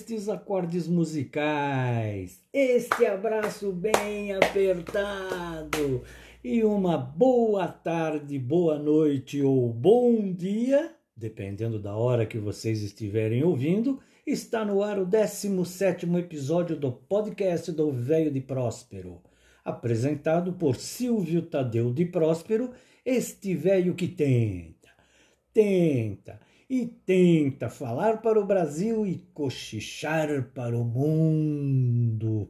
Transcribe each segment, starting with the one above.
estes acordes musicais, este abraço bem apertado e uma boa tarde, boa noite ou bom dia, dependendo da hora que vocês estiverem ouvindo, está no ar o 17º episódio do podcast do Velho de Próspero, apresentado por Silvio Tadeu de Próspero, este velho que tenta falar para o Brasil e cochichar para o mundo.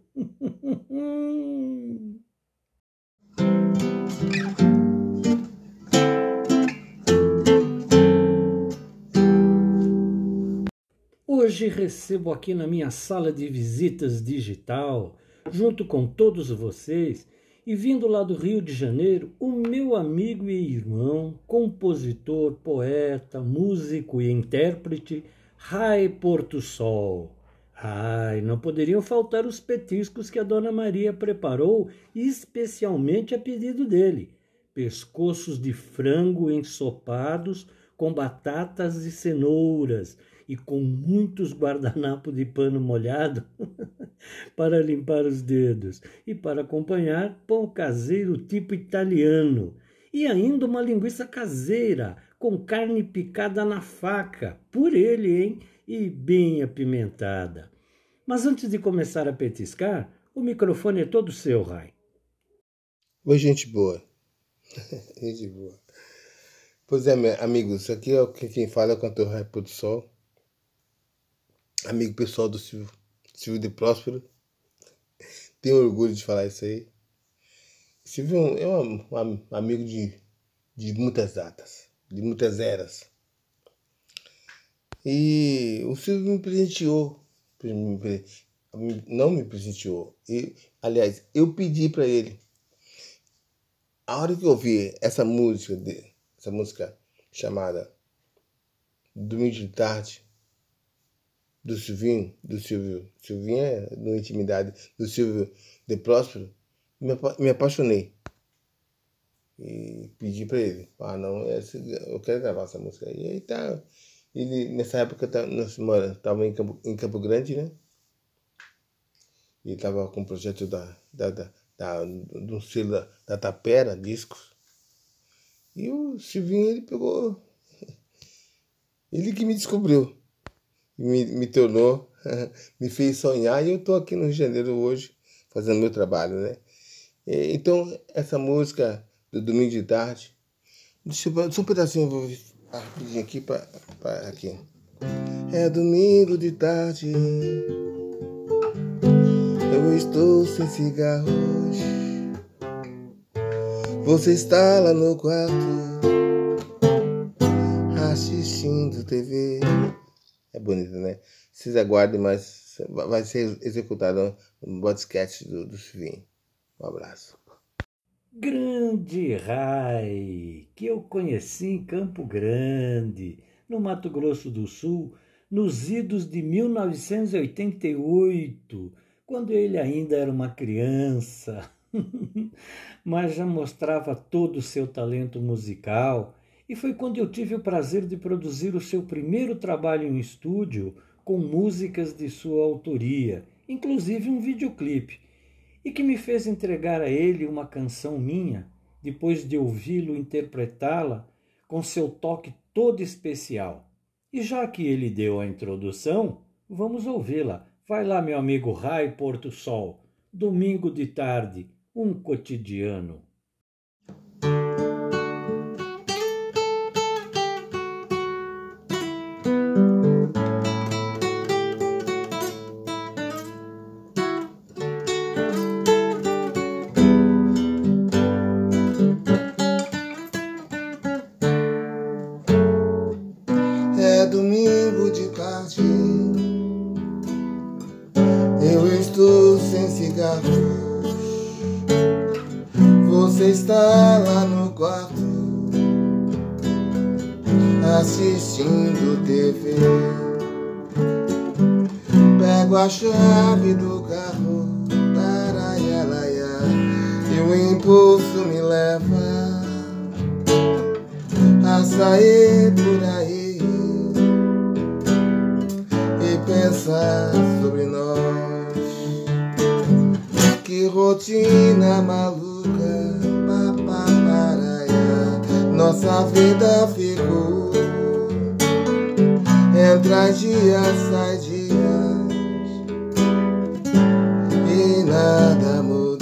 Hoje recebo aqui na minha sala de visitas digital, junto com todos vocês, e vindo lá do Rio de Janeiro, o meu amigo e irmão, compositor, poeta, músico e intérprete, Ray Porto Sol. Ai, não poderiam faltar os petiscos que a Dona Maria preparou, especialmente a pedido dele. Pescoços de frango ensopados com batatas e cenouras, e com muitos guardanapos de pano molhado para limpar os dedos, e para acompanhar pão caseiro tipo italiano, e ainda uma linguiça caseira com carne picada na faca, por ele, hein? E bem apimentada. Mas antes de começar a petiscar, o microfone é todo seu, Ray. Oi, gente boa. Gente boa. Pois é, amigos, isso aqui é quem fala é o cantor Ray Porto Sol, amigo pessoal do Silvio de Próspero. Tenho orgulho de falar isso aí. Silvio é um amigo de muitas datas, de muitas eras. E o Silvio me presenteou. Não me presenteou. Aliás, eu pedi para ele. A hora que eu ouvi essa música chamada Domingo de Tarde, do Silvinho, Silvinho é no Intimidade, do Silvio de Próspero, me apaixonei. E pedi para ele, não, eu quero gravar essa música. E aí tá, ele, nessa época nós estava em Campo Grande, né? E estava com o projeto do selo da Tapera Discos. E o Silvinho, ele pegou, ele que me descobriu. Me tornou, me fez sonhar, e eu estou aqui no Rio de Janeiro hoje fazendo meu trabalho, né? Então, essa música do Domingo de Tarde, só um pedacinho eu vou rapidinho aqui para aqui. É domingo de tarde, eu estou sem cigarros, você está lá no quarto assistindo TV. É bonito, né? Vocês aguardem, mas vai ser executado no podcast do Silvinho. Um abraço. Grande Ray, que eu conheci em Campo Grande, no Mato Grosso do Sul, nos idos de 1988, quando ele ainda era uma criança, mas já mostrava todo o seu talento musical. E foi quando eu tive o prazer de produzir o seu primeiro trabalho em estúdio com músicas de sua autoria, inclusive um videoclipe, e que me fez entregar a ele uma canção minha, depois de ouvi-lo interpretá-la com seu toque todo especial. E já que ele deu a introdução, vamos ouvi-la. Vai lá, meu amigo Ray Porto Sol, Domingo de Tarde, um cotidiano. É domingo de tarde, eu estou sem cigarros, você está lá no quarto assistindo TV. Pego a chave do carro, taraialaia, e o impulso me leva a sair por aí e pensar passa sobre nós. Que rotina maluca, papaparaia, nossa vida ficou. Entra dias, sai dias e nada mudou.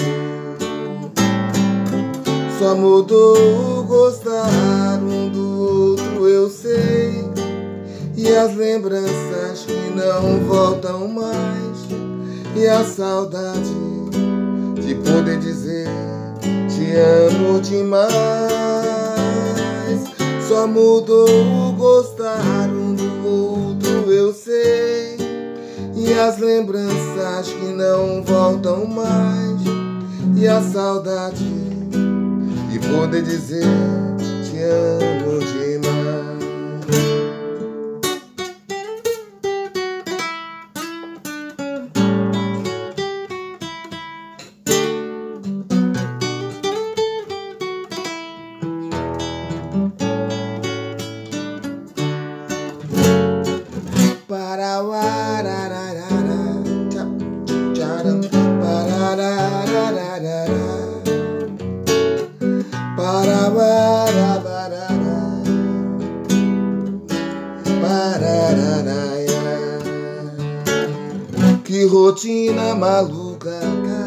Só mudou o gostar um do outro, eu sei. E as lembranças que não voltam mais. E a saudade de poder dizer te amo demais. Só mudou o gostar um do outro, eu sei. E as lembranças que não voltam mais. E a saudade de poder dizer te amo demais. Que rotina maluca,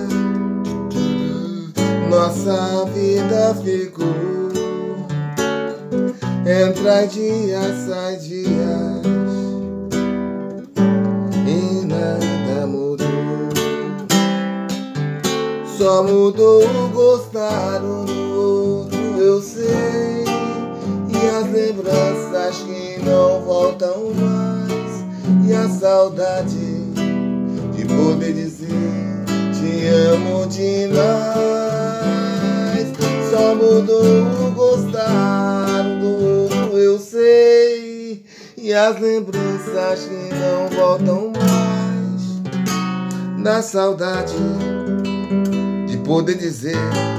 nossa vida ficou. Entra dias, sai dias e nada mudou. Só mudou o gostar um do outro, eu sei. E as lembranças que não voltam mais. E a saudade de poder dizer te amo demais. Só mudou o gostar um do outro, eu sei. E as lembranças que não voltam mais. Da saudade de poder dizer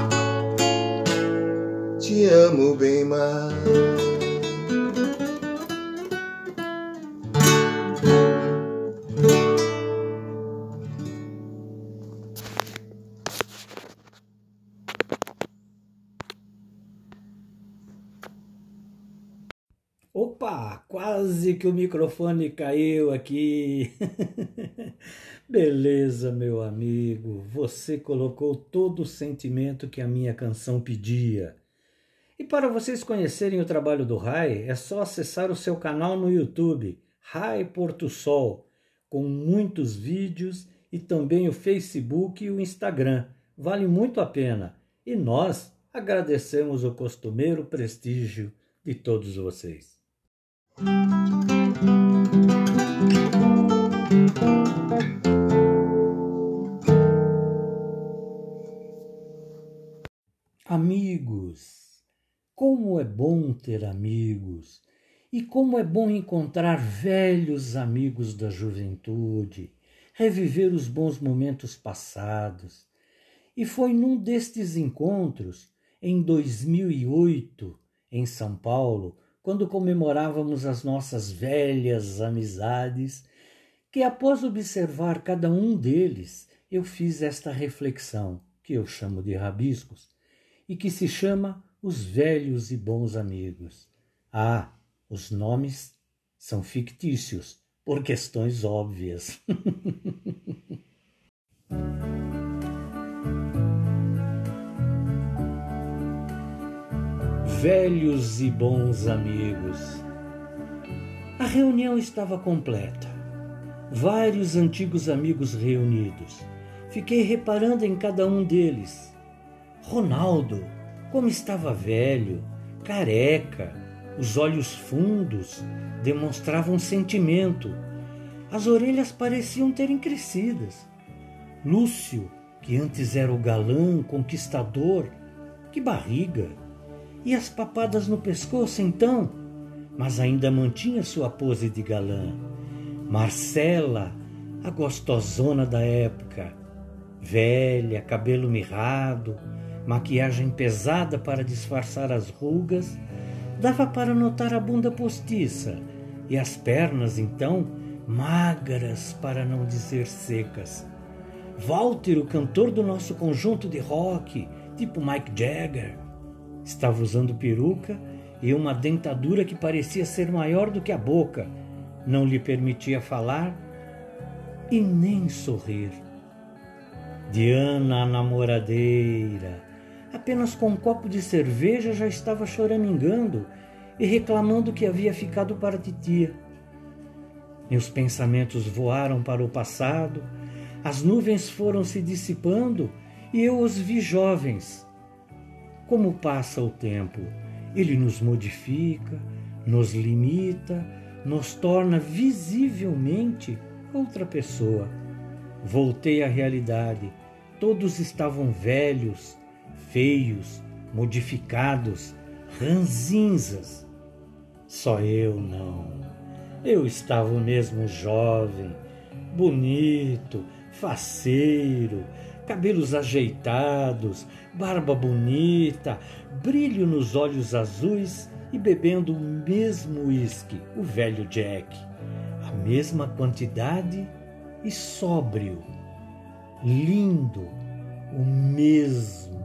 te amo bem mais. Opa, quase que o microfone caiu aqui. Beleza, meu amigo, você colocou todo o sentimento que a minha canção pedia. E para vocês conhecerem o trabalho do Rai, é só acessar o seu canal no YouTube, Rai Porto Sol, com muitos vídeos, e também o Facebook e o Instagram. Vale muito a pena. E nós agradecemos o costumeiro prestígio de todos vocês. Amigos, como é bom ter amigos, e como é bom encontrar velhos amigos da juventude, reviver os bons momentos passados. E foi num destes encontros, em 2008, em São Paulo, quando comemorávamos as nossas velhas amizades, que após observar cada um deles, eu fiz esta reflexão, que eu chamo de rabiscos, e que se chama Os Velhos e Bons Amigos. Ah, os nomes são fictícios, por questões óbvias. Velhos e bons amigos. A reunião estava completa. Vários antigos amigos reunidos. Fiquei reparando em cada um deles. Ronaldo, como estava velho, careca, os olhos fundos demonstravam sentimento. As orelhas pareciam terem crescidas. Lúcio, que antes era o galã, conquistador, que barriga! E as papadas no pescoço, então? Mas ainda mantinha sua pose de galã. Marcela, a gostosona da época, velha, cabelo mirrado, maquiagem pesada para disfarçar as rugas, dava para notar a bunda postiça e as pernas, então, magras para não dizer secas. Walter, o cantor do nosso conjunto de rock, tipo Mick Jagger, estava usando peruca e uma dentadura que parecia ser maior do que a boca, não lhe permitia falar e nem sorrir. Diana, a namoradeira, apenas com um copo de cerveja já estava choramingando e reclamando que havia ficado para a titia. Meus pensamentos voaram para o passado, as nuvens foram se dissipando e eu os vi jovens. Como passa o tempo, ele nos modifica, nos limita, nos torna visivelmente outra pessoa. Voltei à realidade. Todos estavam velhos, feios, modificados, ranzinzas. Só eu não. Eu estava mesmo jovem, bonito, faceiro, cabelos ajeitados, barba bonita, brilho nos olhos azuis e bebendo o mesmo uísque, o velho Jack. A mesma quantidade e sóbrio, lindo, o mesmo.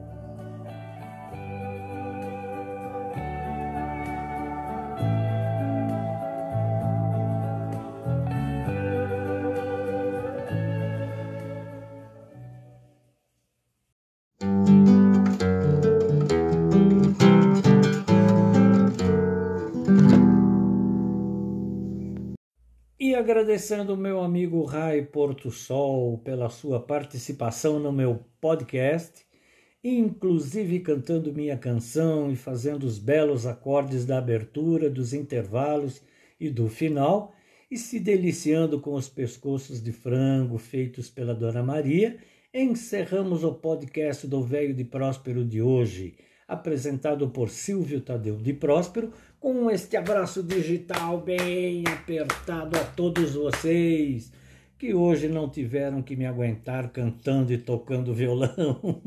E agradecendo o meu amigo Rai Porto Sol pela sua participação no meu podcast, inclusive cantando minha canção e fazendo os belos acordes da abertura, dos intervalos e do final, e se deliciando com os pescoços de frango feitos pela Dona Maria, encerramos o podcast do Velho de Próspero de hoje, apresentado por Silvio Tadeu de Próspero, com este abraço digital bem apertado a todos vocês que hoje não tiveram que me aguentar cantando e tocando violão,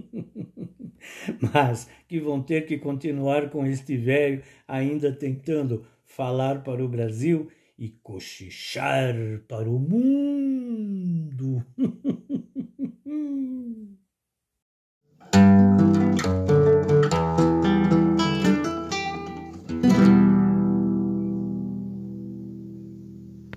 mas que vão ter que continuar com este velho ainda tentando falar para o Brasil e cochichar para o mundo.